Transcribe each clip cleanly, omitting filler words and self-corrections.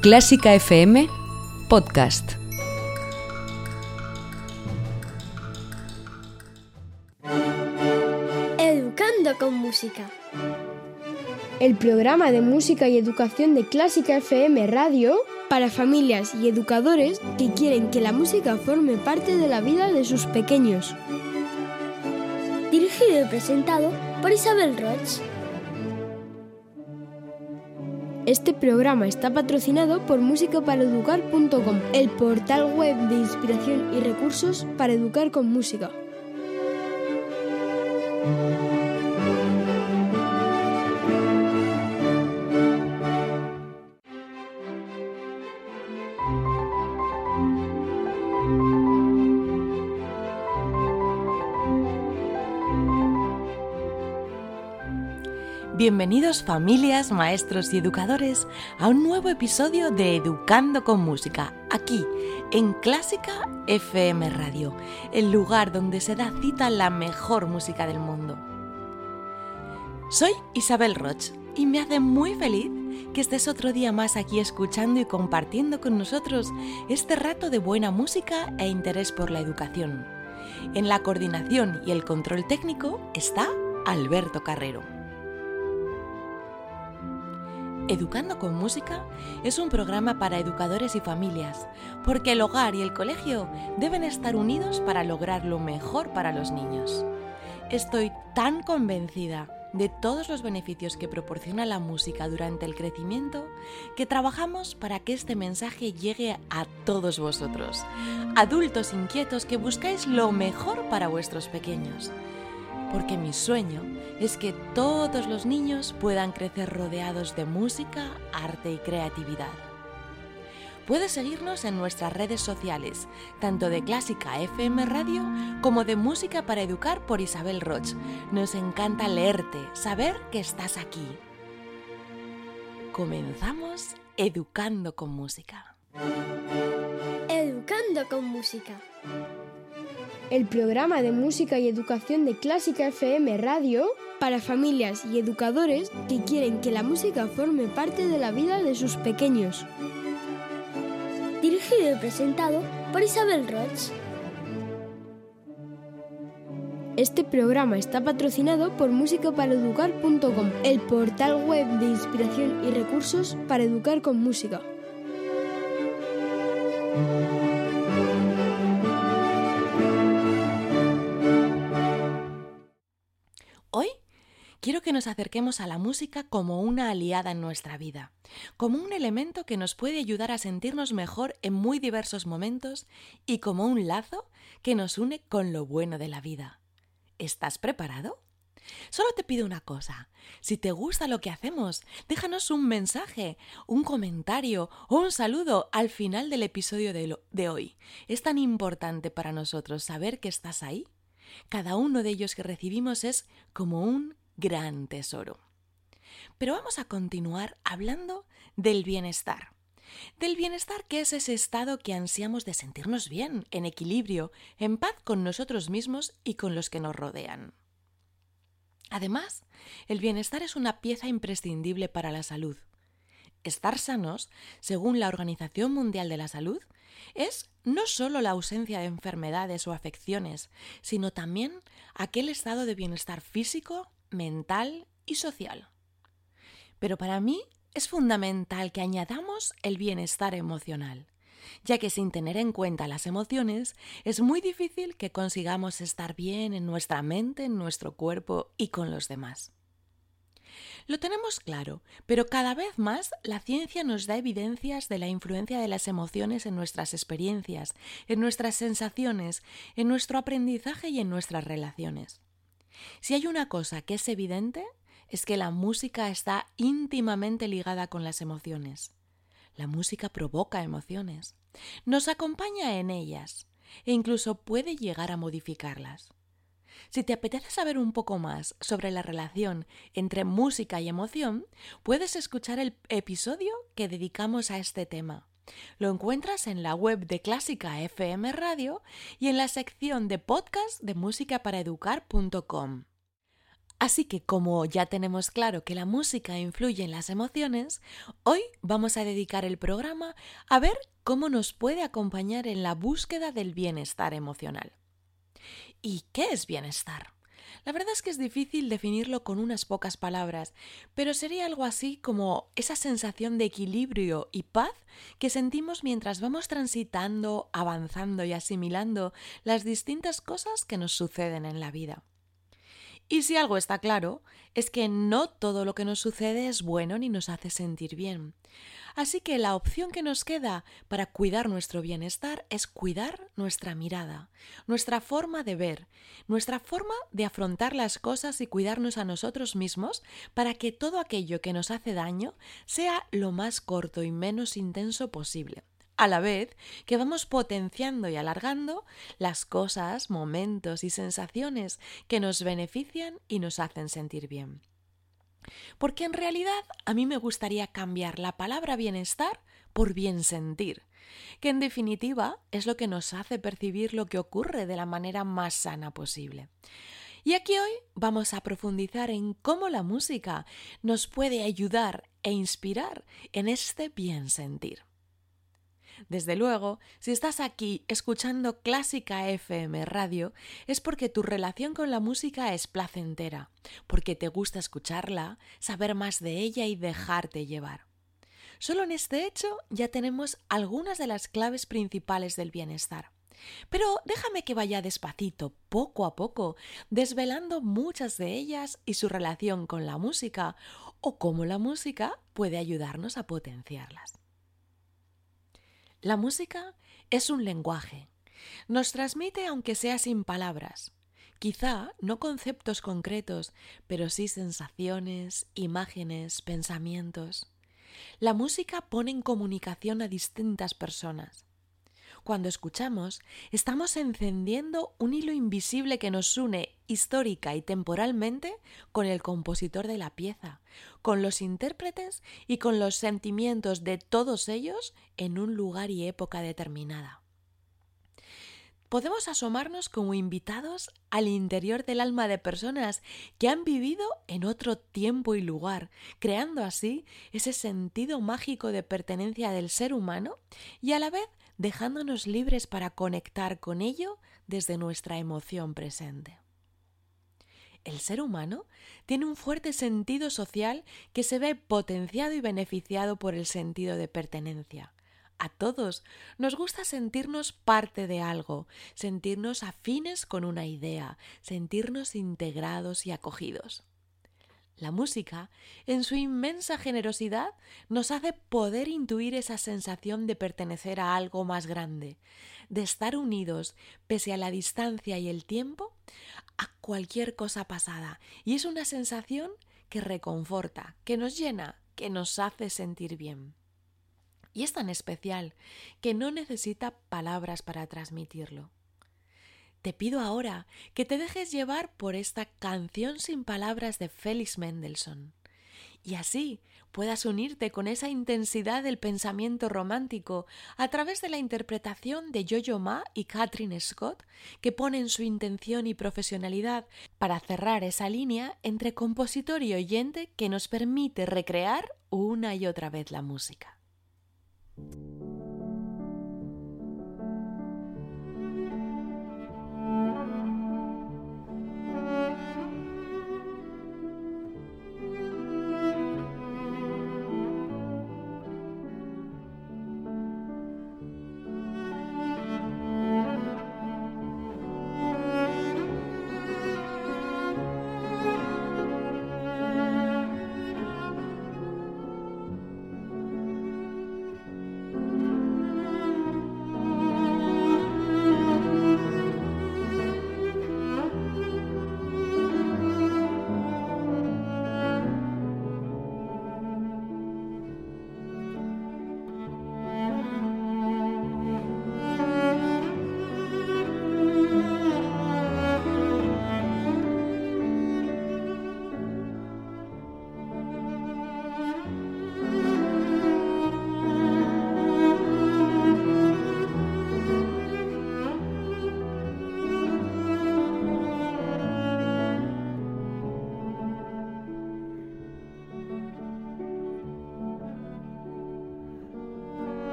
Clásica FM Podcast. Educando con música. El programa de música y educación de Clásica FM Radio para familias y educadores que quieren que la música forme parte de la vida de sus pequeños. Dirigido y presentado por Isabel Roch. Este programa está patrocinado por musicaparaeducar.com, el portal web de inspiración y recursos para educar con música. Bienvenidos familias, maestros y educadores a un nuevo episodio de Educando con Música, aquí en Clásica FM Radio, el lugar donde se da cita la mejor música del mundo. Soy Isabel Roch y me hace muy feliz que estés otro día más aquí escuchando y compartiendo con nosotros este rato de buena música e interés por la educación. En la coordinación y el control técnico está Alberto Carrero. Educando con Música es un programa para educadores y familias, porque el hogar y el colegio deben estar unidos para lograr lo mejor para los niños. Estoy tan convencida de todos los beneficios que proporciona la música durante el crecimiento que trabajamos para que este mensaje llegue a todos vosotros, adultos inquietos que buscáis lo mejor para vuestros pequeños. Porque mi sueño es que todos los niños puedan crecer rodeados de música, arte y creatividad. Puedes seguirnos en nuestras redes sociales, tanto de Clásica FM Radio como de Música para Educar por Isabel Roch. Nos encanta leerte, saber que estás aquí. Comenzamos Educando con Música. Educando con música. El programa de música y educación de Clásica FM Radio para familias y educadores que quieren que la música forme parte de la vida de sus pequeños. Dirigido y presentado por Isabel Roch. Este programa está patrocinado por musicaparaeducar.com, el portal web de inspiración y recursos para educar con música. Hoy quiero que nos acerquemos a la música como una aliada en nuestra vida, como un elemento que nos puede ayudar a sentirnos mejor en muy diversos momentos y como un lazo que nos une con lo bueno de la vida. ¿Estás preparado? Solo te pido una cosa, si te gusta lo que hacemos, déjanos un mensaje, un comentario o un saludo al final del episodio de hoy. Es tan importante para nosotros saber que estás ahí. Cada uno de ellos que recibimos es como un gran tesoro. Pero vamos a continuar hablando del bienestar. Del bienestar, que es ese estado que ansiamos de sentirnos bien, en equilibrio, en paz con nosotros mismos y con los que nos rodean. Además, el bienestar es una pieza imprescindible para la salud. Estar sanos, según la Organización Mundial de la Salud, es no solo la ausencia de enfermedades o afecciones, sino también aquel estado de bienestar físico, mental y social. Pero para mí es fundamental que añadamos el bienestar emocional, ya que sin tener en cuenta las emociones es muy difícil que consigamos estar bien en nuestra mente, en nuestro cuerpo y con los demás. Lo tenemos claro, pero cada vez más la ciencia nos da evidencias de la influencia de las emociones en nuestras experiencias, en nuestras sensaciones, en nuestro aprendizaje y en nuestras relaciones. Si hay una cosa que es evidente, es que la música está íntimamente ligada con las emociones. La música provoca emociones, nos acompaña en ellas e incluso puede llegar a modificarlas. Si te apetece saber un poco más sobre la relación entre música y emoción, puedes escuchar el episodio que dedicamos a este tema. Lo encuentras en la web de Clásica FM Radio y en la sección de podcast de musicaparaeducar.com. Así que como ya tenemos claro que la música influye en las emociones, hoy vamos a dedicar el programa a ver cómo nos puede acompañar en la búsqueda del bienestar emocional. ¿Y qué es bienestar? La verdad es que es difícil definirlo con unas pocas palabras, pero sería algo así como esa sensación de equilibrio y paz que sentimos mientras vamos transitando, avanzando y asimilando las distintas cosas que nos suceden en la vida. Y si algo está claro, es que no todo lo que nos sucede es bueno ni nos hace sentir bien. Así que la opción que nos queda para cuidar nuestro bienestar es cuidar nuestra mirada, nuestra forma de ver, nuestra forma de afrontar las cosas y cuidarnos a nosotros mismos para que todo aquello que nos hace daño sea lo más corto y menos intenso posible. A la vez que vamos potenciando y alargando las cosas, momentos y sensaciones que nos benefician y nos hacen sentir bien. Porque en realidad a mí me gustaría cambiar la palabra bienestar por bien sentir, que en definitiva es lo que nos hace percibir lo que ocurre de la manera más sana posible. Y aquí hoy vamos a profundizar en cómo la música nos puede ayudar e inspirar en este bien sentir. Desde luego, si estás aquí escuchando Clásica FM Radio, es porque tu relación con la música es placentera, porque te gusta escucharla, saber más de ella y dejarte llevar. Solo en este hecho ya tenemos algunas de las claves principales del bienestar. Pero déjame que vaya despacito, poco a poco, desvelando muchas de ellas y su relación con la música, o cómo la música puede ayudarnos a potenciarlas. La música es un lenguaje. Nos transmite aunque sea sin palabras. Quizá no conceptos concretos, pero sí sensaciones, imágenes, pensamientos. La música pone en comunicación a distintas personas. Cuando escuchamos, estamos encendiendo un hilo invisible que nos une histórica y temporalmente con el compositor de la pieza, con los intérpretes y con los sentimientos de todos ellos en un lugar y época determinada. Podemos asomarnos como invitados al interior del alma de personas que han vivido en otro tiempo y lugar, creando así ese sentido mágico de pertenencia del ser humano y a la vez dejándonos libres para conectar con ello desde nuestra emoción presente. El ser humano tiene un fuerte sentido social que se ve potenciado y beneficiado por el sentido de pertenencia. A todos nos gusta sentirnos parte de algo, sentirnos afines con una idea, sentirnos integrados y acogidos. La música, en su inmensa generosidad, nos hace poder intuir esa sensación de pertenecer a algo más grande, de estar unidos, pese a la distancia y el tiempo, a cualquier cosa pasada. Y es una sensación que reconforta, que nos llena, que nos hace sentir bien. Y es tan especial que no necesita palabras para transmitirlo. Te pido ahora que te dejes llevar por esta canción sin palabras de Felix Mendelssohn y así puedas unirte con esa intensidad del pensamiento romántico a través de la interpretación de Yo-Yo Ma y Kathryn Scott, que ponen su intención y profesionalidad para cerrar esa línea entre compositor y oyente que nos permite recrear una y otra vez la música.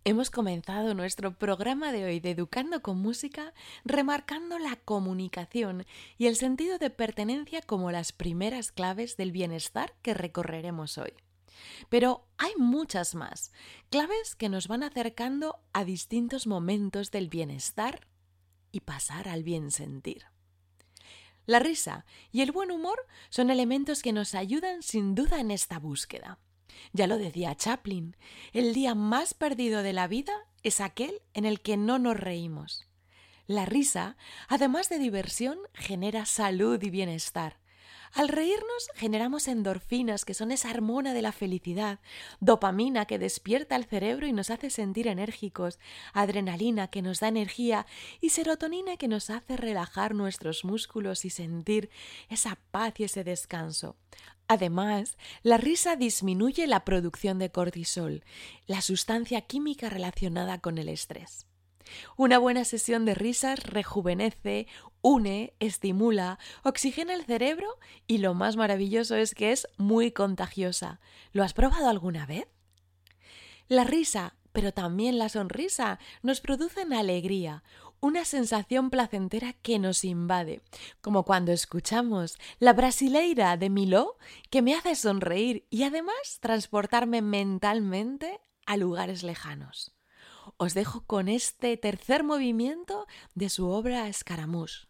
Hemos comenzado nuestro programa de hoy de Educando con Música remarcando la comunicación y el sentido de pertenencia como las primeras claves del bienestar que recorreremos hoy. Pero hay muchas más, claves que nos van acercando a distintos momentos del bienestar y pasar al bien sentir. La risa y el buen humor son elementos que nos ayudan sin duda en esta búsqueda. Ya lo decía Chaplin, el día más perdido de la vida es aquel en el que no nos reímos. La risa, además de diversión, genera salud y bienestar. Al reírnos generamos endorfinas, que son esa hormona de la felicidad, dopamina que despierta el cerebro y nos hace sentir enérgicos, adrenalina que nos da energía y serotonina que nos hace relajar nuestros músculos y sentir esa paz y ese descanso. Además, la risa disminuye la producción de cortisol, la sustancia química relacionada con el estrés. Una buena sesión de risas rejuvenece, une, estimula, oxigena el cerebro y lo más maravilloso es que es muy contagiosa. ¿Lo has probado alguna vez? La risa, pero también la sonrisa, nos producen alegría, una sensación placentera que nos invade, como cuando escuchamos La Brasileira de Miló, que me hace sonreír y además transportarme mentalmente a lugares lejanos. Os dejo con este tercer movimiento de su obra Scaramouche.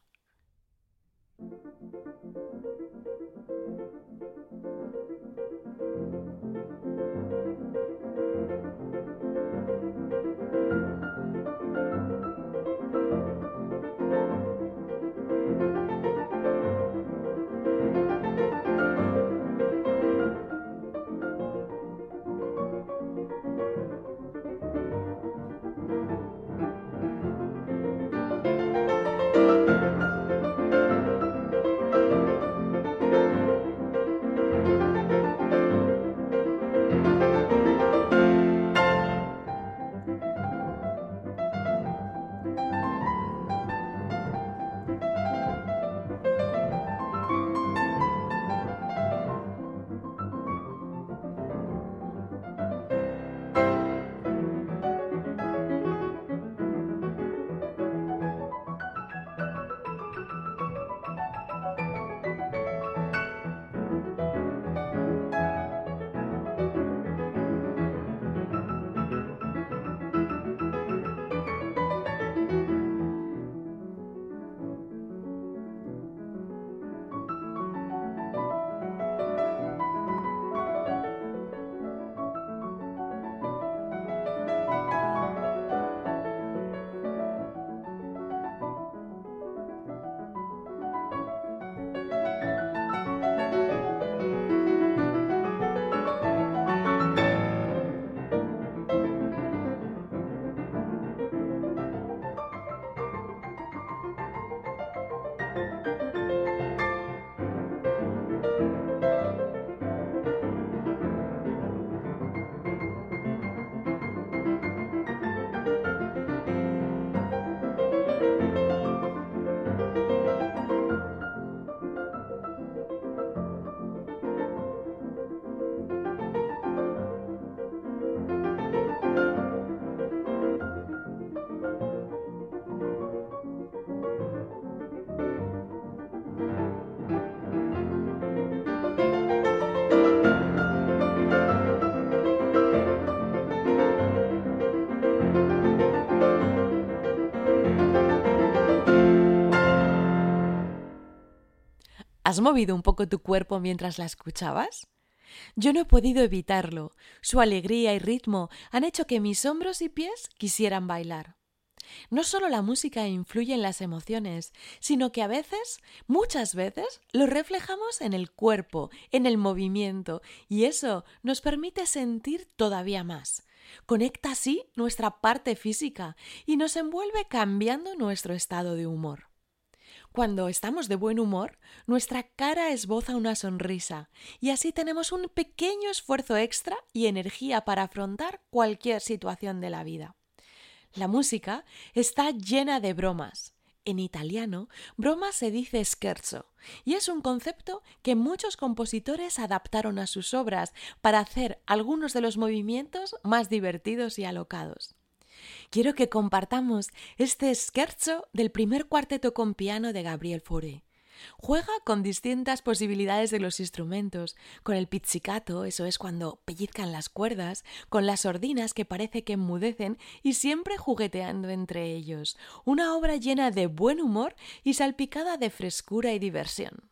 ¿Has movido un poco tu cuerpo mientras la escuchabas? Yo no he podido evitarlo. Su alegría y ritmo han hecho que mis hombros y pies quisieran bailar. No solo la música influye en las emociones, sino que a veces, muchas veces, lo reflejamos en el cuerpo, en el movimiento, y eso nos permite sentir todavía más. Conecta así nuestra parte física y nos envuelve cambiando nuestro estado de humor. Cuando estamos de buen humor, nuestra cara esboza una sonrisa y así tenemos un pequeño esfuerzo extra y energía para afrontar cualquier situación de la vida. La música está llena de bromas. En italiano, broma se dice scherzo y es un concepto que muchos compositores adaptaron a sus obras para hacer algunos de los movimientos más divertidos y alocados. quiero que compartamos este scherzo del primer cuarteto con piano de Gabriel Fauré. Juega con distintas posibilidades de los instrumentos, con el pizzicato, eso es cuando pellizcan las cuerdas, con las sordinas que parece que enmudecen y siempre jugueteando entre ellos. Una obra llena de buen humor y salpicada de frescura y diversión.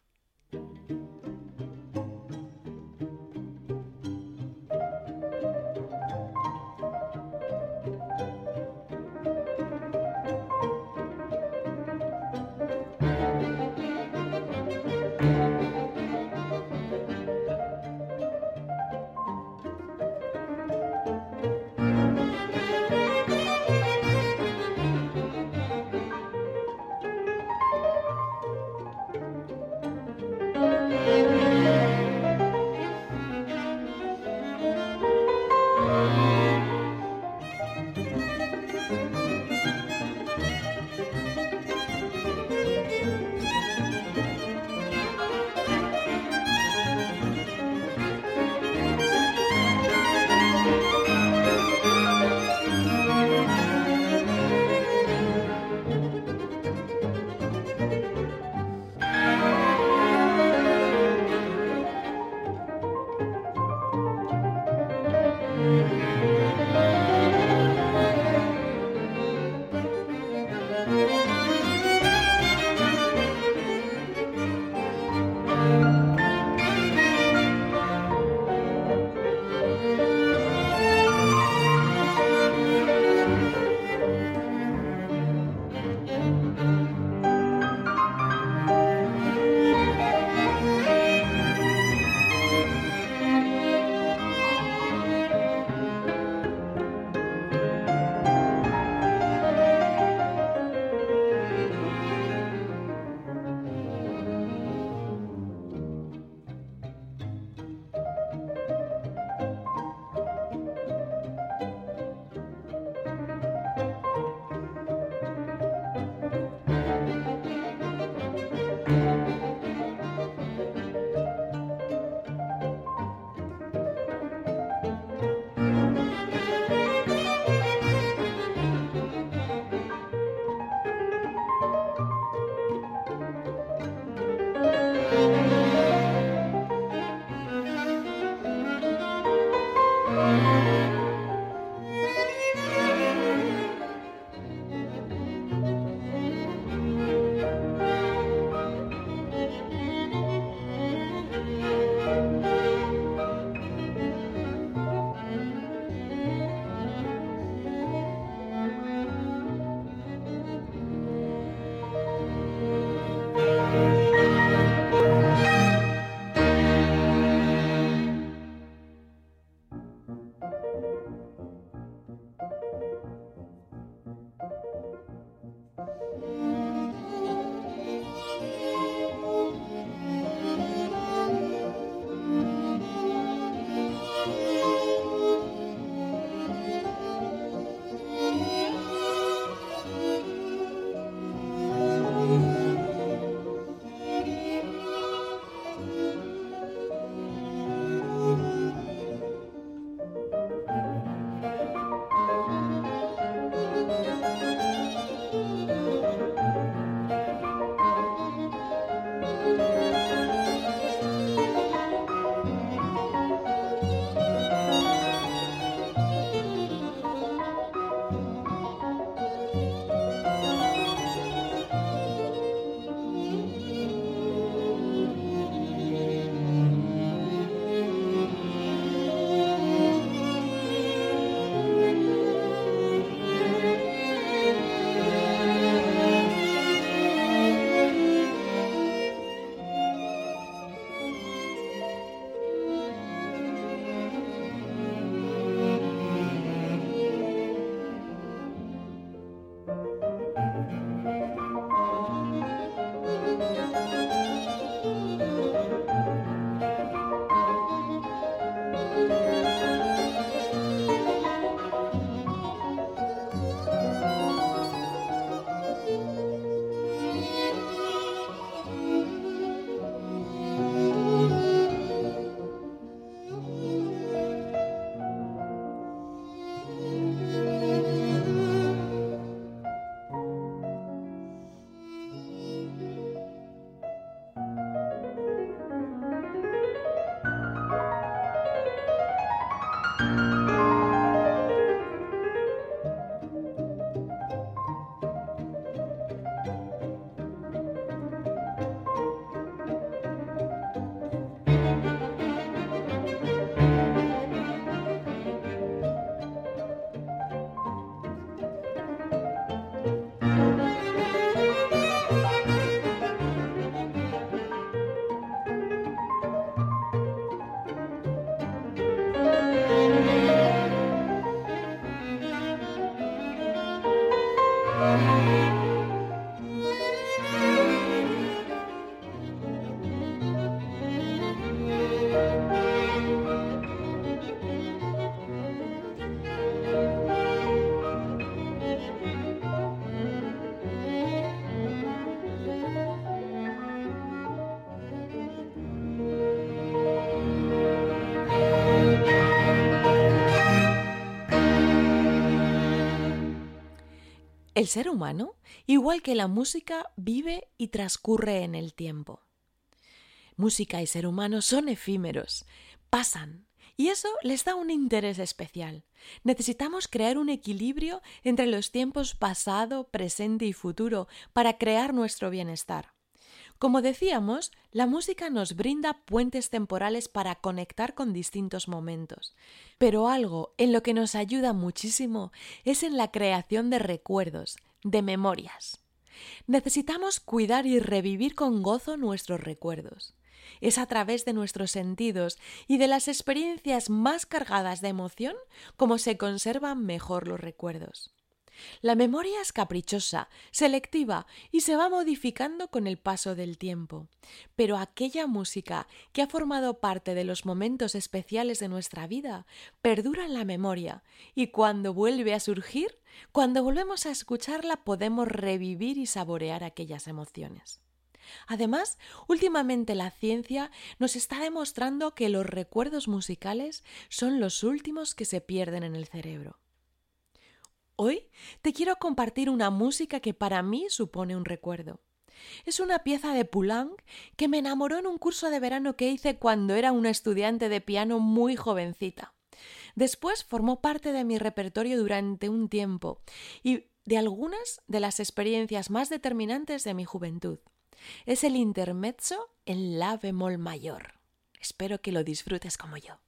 El ser humano, igual que la música, vive y transcurre en el tiempo. Música y ser humano son efímeros, pasan, y eso les da un interés especial. Necesitamos crear un equilibrio entre los tiempos pasado, presente y futuro para crear nuestro bienestar. Como decíamos, la música nos brinda puentes temporales para conectar con distintos momentos, pero algo en lo que nos ayuda muchísimo es en la creación de recuerdos, de memorias. Necesitamos cuidar y revivir con gozo nuestros recuerdos. Es a través de nuestros sentidos y de las experiencias más cargadas de emoción como se conservan mejor los recuerdos. La memoria es caprichosa, selectiva y se va modificando con el paso del tiempo. Pero aquella música que ha formado parte de los momentos especiales de nuestra vida perdura en la memoria y cuando vuelve a surgir, cuando volvemos a escucharla podemos revivir y saborear aquellas emociones. Además, últimamente la ciencia nos está demostrando que los recuerdos musicales son los últimos que se pierden en el cerebro. Hoy te quiero compartir una música que para mí supone un recuerdo. Es una pieza de Poulenc que me enamoró en un curso de verano que hice cuando era una estudiante de piano muy jovencita. Después formó parte de mi repertorio durante un tiempo y de algunas de las experiencias más determinantes de mi juventud. Es el intermezzo en la bemol mayor. Espero que lo disfrutes como yo.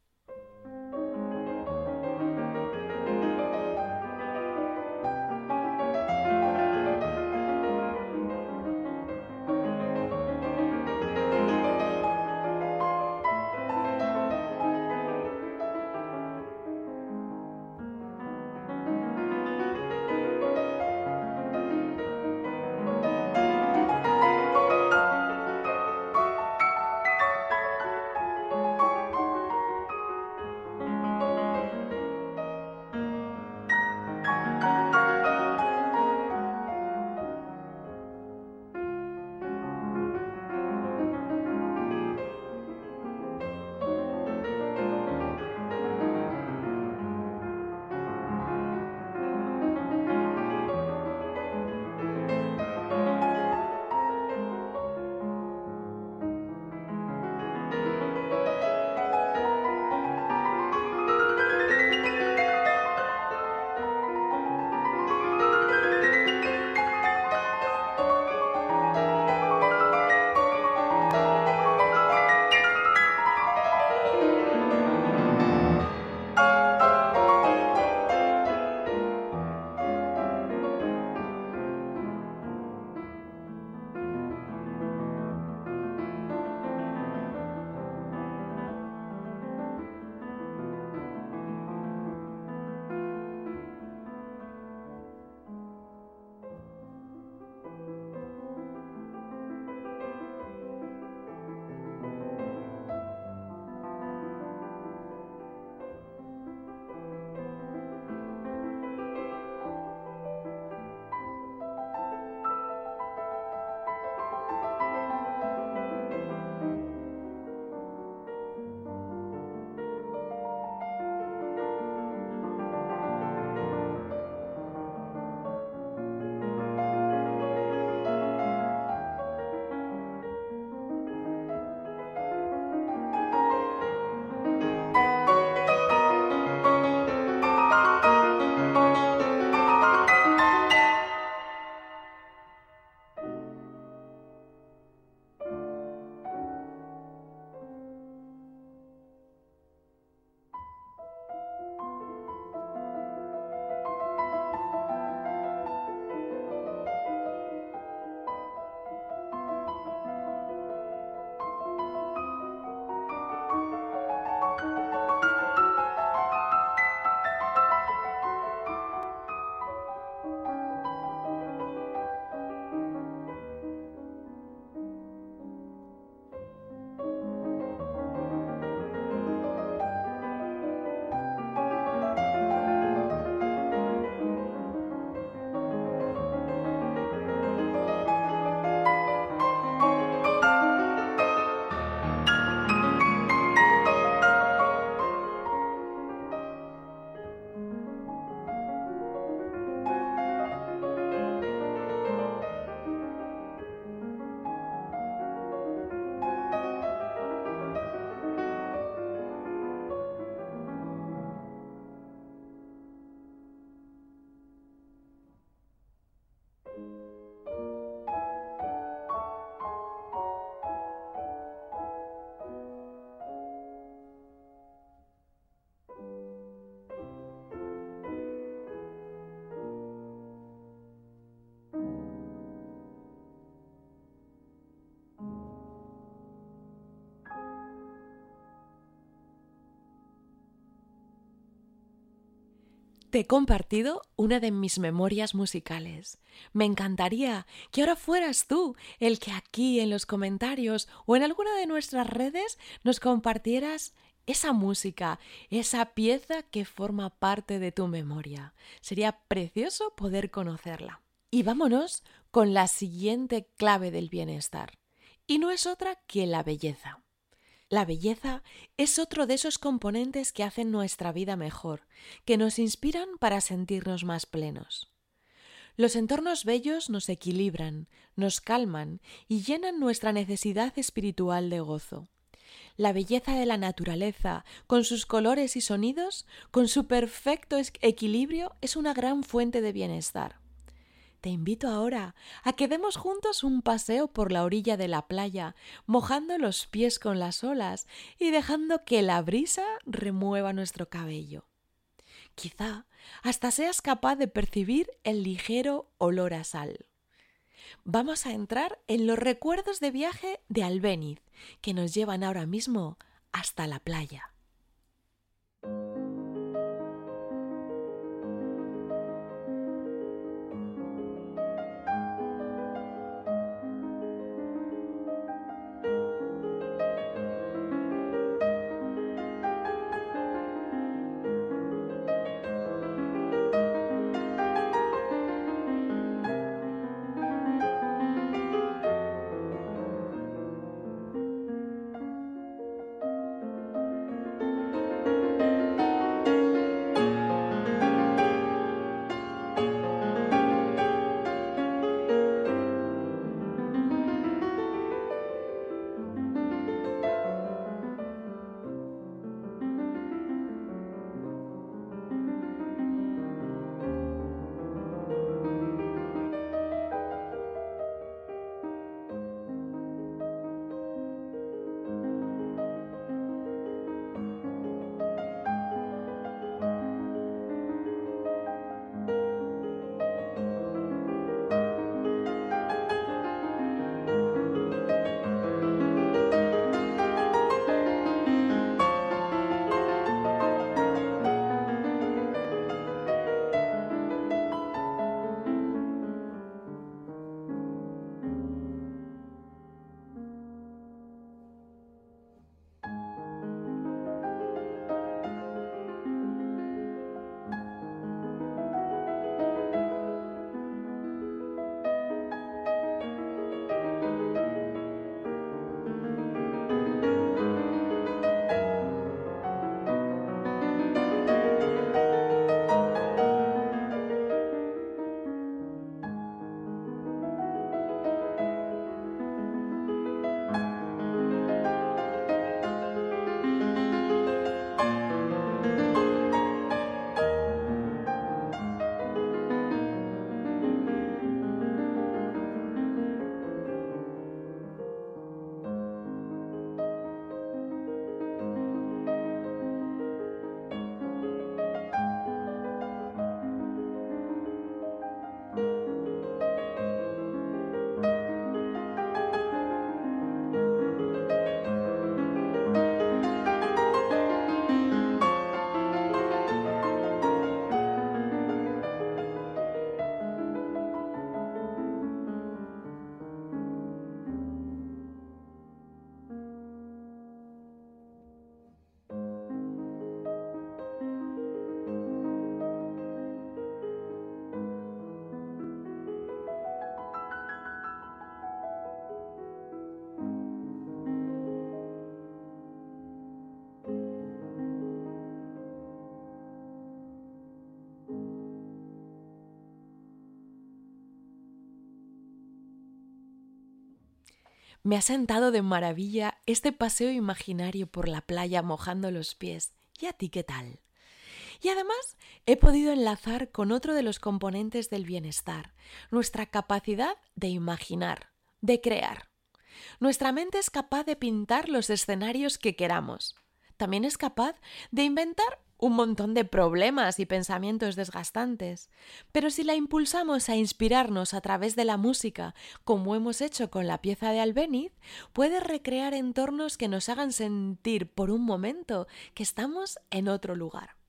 Te he compartido una de mis memorias musicales. Me encantaría que ahora fueras tú el que aquí en los comentarios o en alguna de nuestras redes nos compartieras esa música, esa pieza que forma parte de tu memoria. Sería precioso poder conocerla. Y vámonos con la siguiente clave del bienestar. Y no es otra que la belleza. La belleza es otro de esos componentes que hacen nuestra vida mejor, que nos inspiran para sentirnos más plenos. Los entornos bellos nos equilibran, nos calman y llenan nuestra necesidad espiritual de gozo. La belleza de la naturaleza, con sus colores y sonidos, con su perfecto equilibrio, es una gran fuente de bienestar. Te invito ahora a que demos juntos un paseo por la orilla de la playa, mojando los pies con las olas y dejando que la brisa remueva nuestro cabello. Quizá hasta seas capaz de percibir el ligero olor a sal. Vamos a entrar en los recuerdos de viaje de Albéniz, que nos llevan ahora mismo hasta la playa. Me ha sentado de maravilla este paseo imaginario por la playa mojando los pies. ¿Y a ti qué tal? Y además he podido enlazar con otro de los componentes del bienestar, nuestra capacidad de imaginar, de crear. Nuestra mente es capaz de pintar los escenarios que queramos. También es capaz de inventar un montón de problemas y pensamientos desgastantes. Pero si la impulsamos a inspirarnos a través de la música, como hemos hecho con la pieza de Albéniz, puede recrear entornos que nos hagan sentir por un momento que estamos en otro lugar.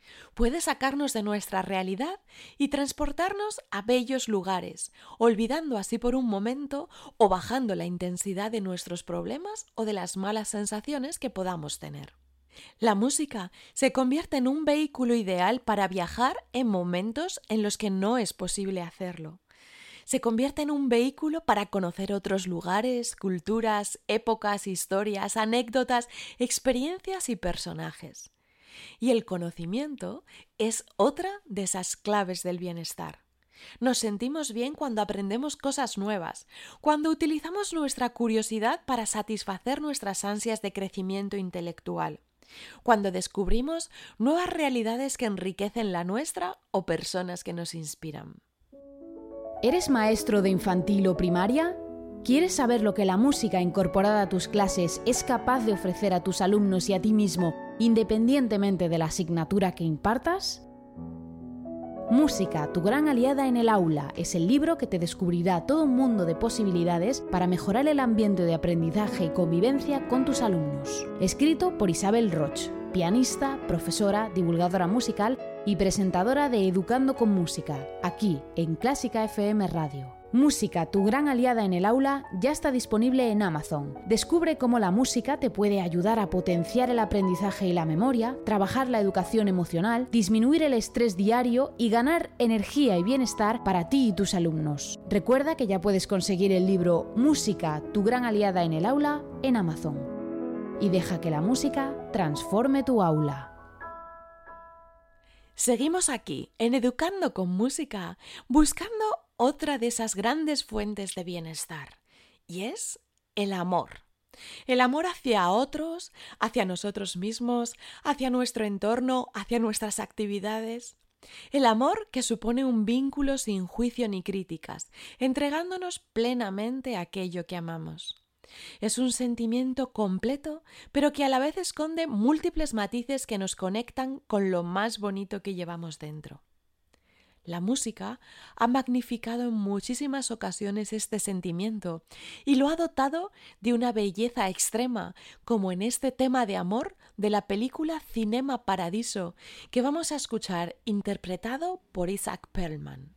Puede sacarnos de nuestra realidad y transportarnos a bellos lugares, olvidando así por un momento o bajando la intensidad de nuestros problemas o de las malas sensaciones que podamos tener. La música se convierte en un vehículo ideal para viajar en momentos en los que no es posible hacerlo. Se convierte en un vehículo para conocer otros lugares, culturas, épocas, historias, anécdotas, experiencias y personajes. Y el conocimiento es otra de esas claves del bienestar. Nos sentimos bien cuando aprendemos cosas nuevas, cuando utilizamos nuestra curiosidad para satisfacer nuestras ansias de crecimiento intelectual, cuando descubrimos nuevas realidades que enriquecen la nuestra o personas que nos inspiran. ¿Eres maestro de infantil o primaria? ¿Quieres saber lo que la música incorporada a tus clases es capaz de ofrecer a tus alumnos y a ti mismo, independientemente de la asignatura que impartas? Música, tu gran aliada en el aula, es el libro que te descubrirá todo un mundo de posibilidades para mejorar el ambiente de aprendizaje y convivencia con tus alumnos. Escrito por Isabel Roch, pianista, profesora, divulgadora musical y presentadora de Educando con Música, aquí en Clásica FM Radio. Música, tu gran aliada en el aula, ya está disponible en Amazon. Descubre cómo la música te puede ayudar a potenciar el aprendizaje y la memoria, trabajar la educación emocional, disminuir el estrés diario y ganar energía y bienestar para ti y tus alumnos. Recuerda que ya puedes conseguir el libro Música, tu gran aliada en el aula en Amazon. Y deja que la música transforme tu aula. Seguimos aquí, en Educando con Música, buscando otra de esas grandes fuentes de bienestar, y es el amor. El amor hacia otros, hacia nosotros mismos, hacia nuestro entorno, hacia nuestras actividades. El amor que supone un vínculo sin juicio ni críticas, entregándonos plenamente aquello que amamos. Es un sentimiento completo, pero que a la vez esconde múltiples matices que nos conectan con lo más bonito que llevamos dentro. La música ha magnificado en muchísimas ocasiones este sentimiento y lo ha dotado de una belleza extrema, como en este tema de amor de la película Cinema Paradiso, que vamos a escuchar interpretado por Isaac Perlman.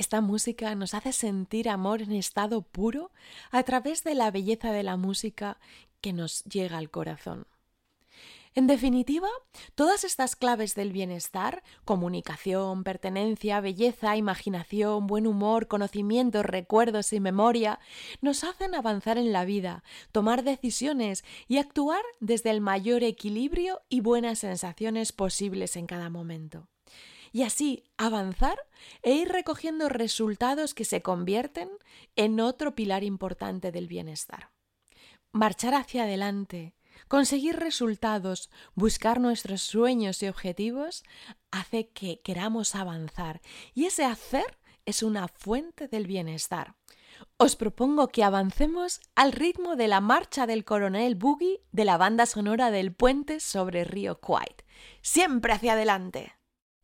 Esta música nos hace sentir amor en estado puro a través de la belleza de la música que nos llega al corazón. En definitiva, todas estas claves del bienestar, comunicación, pertenencia, belleza, imaginación, buen humor, conocimiento, recuerdos y memoria, nos hacen avanzar en la vida, tomar decisiones y actuar desde el mayor equilibrio y buenas sensaciones posibles en cada momento. Y así avanzar e ir recogiendo resultados que se convierten en otro pilar importante del bienestar. Marchar hacia adelante, conseguir resultados, buscar nuestros sueños y objetivos hace que queramos avanzar y ese hacer es una fuente del bienestar. Os propongo que avancemos al ritmo de la marcha del Coronel Boogie de la banda sonora del puente sobre Río Kwai. ¡Siempre hacia adelante!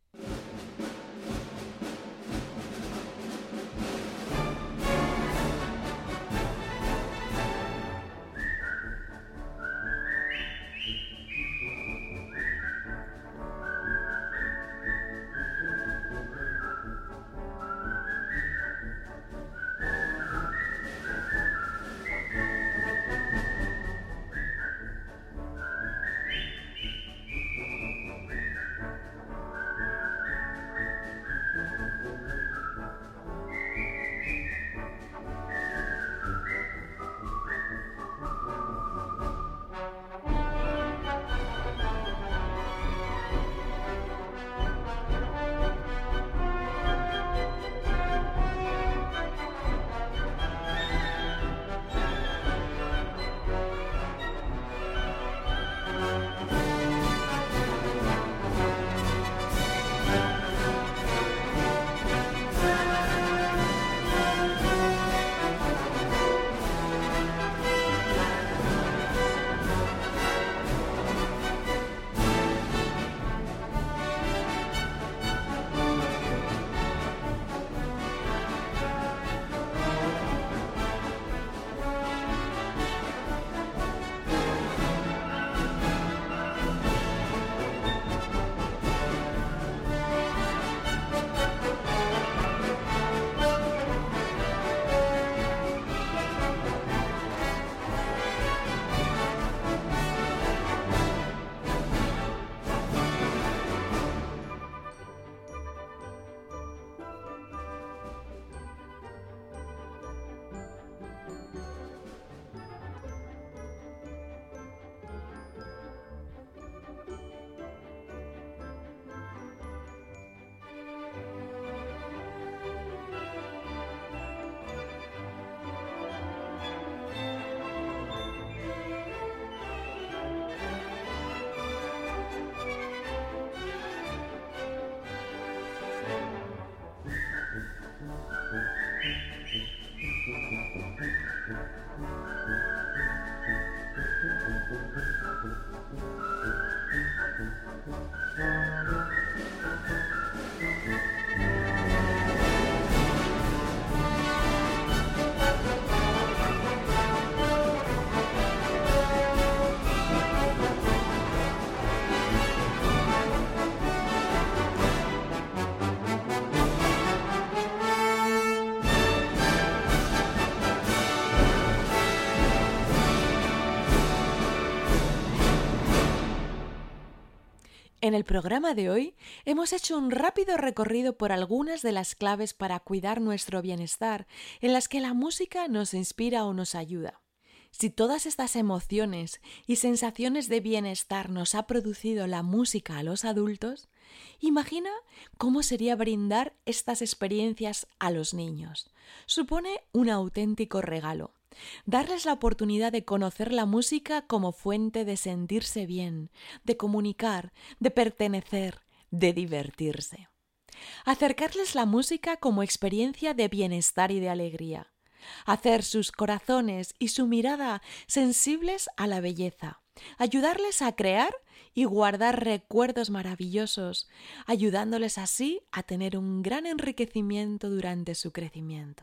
En el programa de hoy hemos hecho un rápido recorrido por algunas de las claves para cuidar nuestro bienestar, en las que la música nos inspira o nos ayuda. Si todas estas emociones y sensaciones de bienestar nos ha producido la música a los adultos, imagina cómo sería brindar estas experiencias a los niños. Supone un auténtico regalo. Darles la oportunidad de conocer la música como fuente de sentirse bien, de comunicar, de pertenecer, de divertirse. Acercarles la música como experiencia de bienestar y de alegría. Hacer sus corazones y su mirada sensibles a la belleza. Ayudarles a crear y guardar recuerdos maravillosos, ayudándoles así a tener un gran enriquecimiento durante su crecimiento.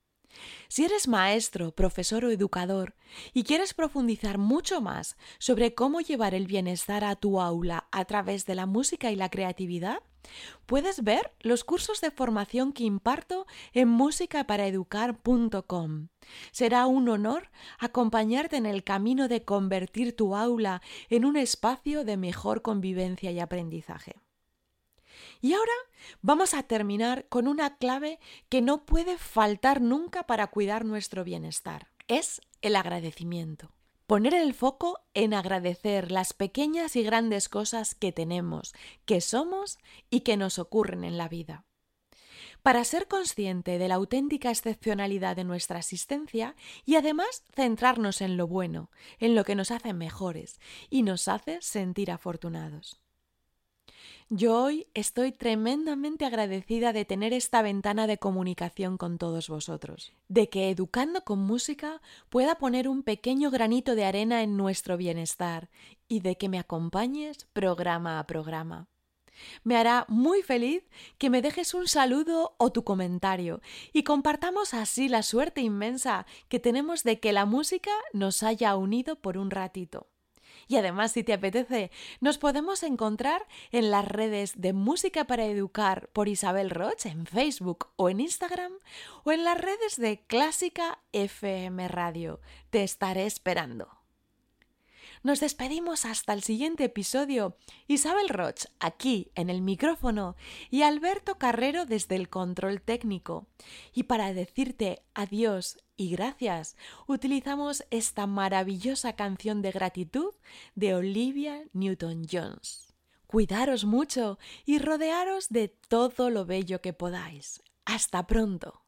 Si eres maestro, profesor o educador y quieres profundizar mucho más sobre cómo llevar el bienestar a tu aula a través de la música y la creatividad, Puedes ver los cursos de formación que imparto en musicaparaeducar.com. Será un honor acompañarte en el camino de convertir tu aula en un espacio de mejor convivencia y aprendizaje. Y ahora vamos a terminar con una clave que no puede faltar nunca para cuidar nuestro bienestar. Es el agradecimiento. Poner el foco en agradecer las pequeñas y grandes cosas que tenemos, que somos y que nos ocurren en la vida. Para ser consciente de la auténtica excepcionalidad de nuestra existencia y además centrarnos en lo bueno, en lo que nos hace mejores y nos hace sentir afortunados. Yo hoy estoy tremendamente agradecida de tener esta ventana de comunicación con todos vosotros, de que Educando con Música pueda poner un pequeño granito de arena en nuestro bienestar y de que me acompañes programa a programa. Me hará muy feliz que me dejes un saludo o tu comentario y compartamos así la suerte inmensa que tenemos de que la música nos haya unido por un ratito. Y además, si te apetece, nos podemos encontrar en las redes de Música para Educar por Isabel Roch en Facebook o en Instagram o en las redes de Clásica FM Radio. Te estaré esperando. Nos despedimos hasta el siguiente episodio. Isabel Roch aquí en el micrófono y Alberto Carrero desde el control técnico. Y para decirte adiós y gracias, utilizamos esta maravillosa canción de gratitud de Olivia Newton-John. Cuidaros mucho y rodearos de todo lo bello que podáis. ¡Hasta pronto!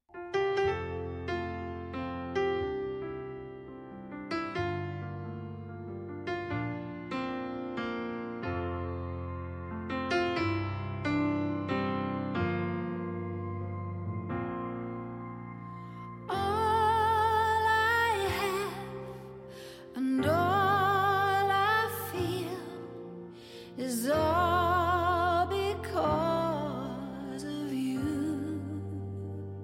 Is all because of you.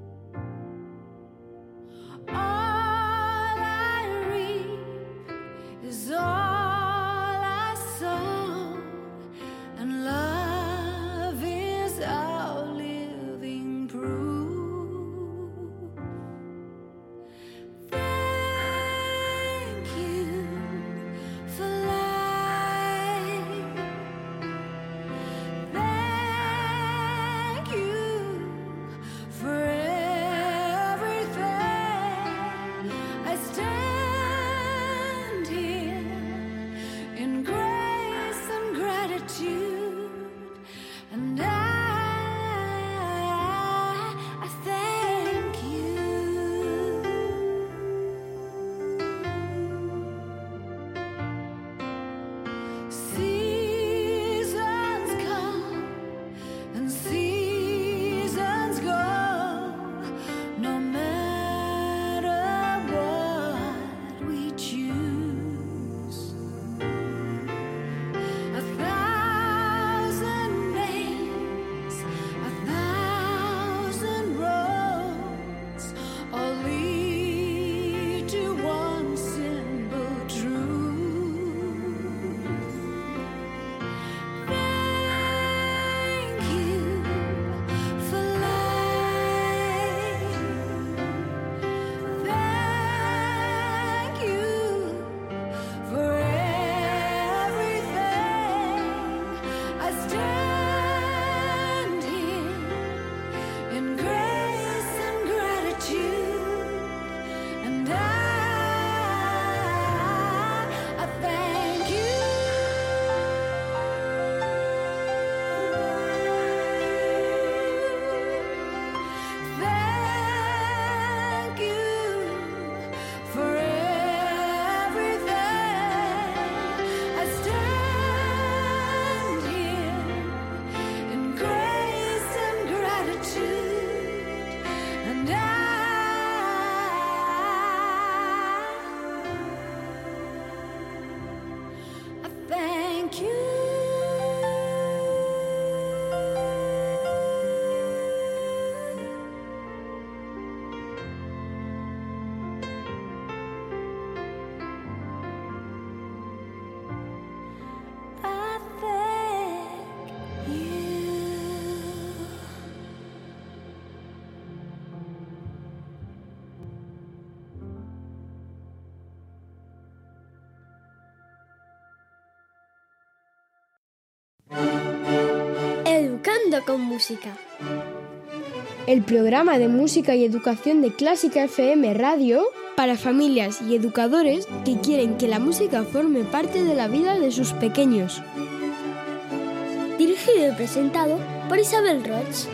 Educando con Música. El programa de música y educación de Clásica FM Radio para familias y educadores que quieren que la música forme parte de la vida de sus pequeños. Dirigido y presentado por Isabel Roch.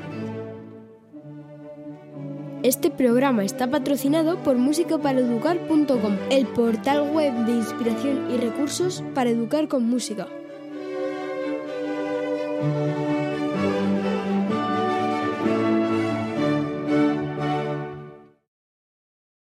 Este programa está patrocinado por musicaparaeducar.com, el portal web de inspiración y recursos para educar con música.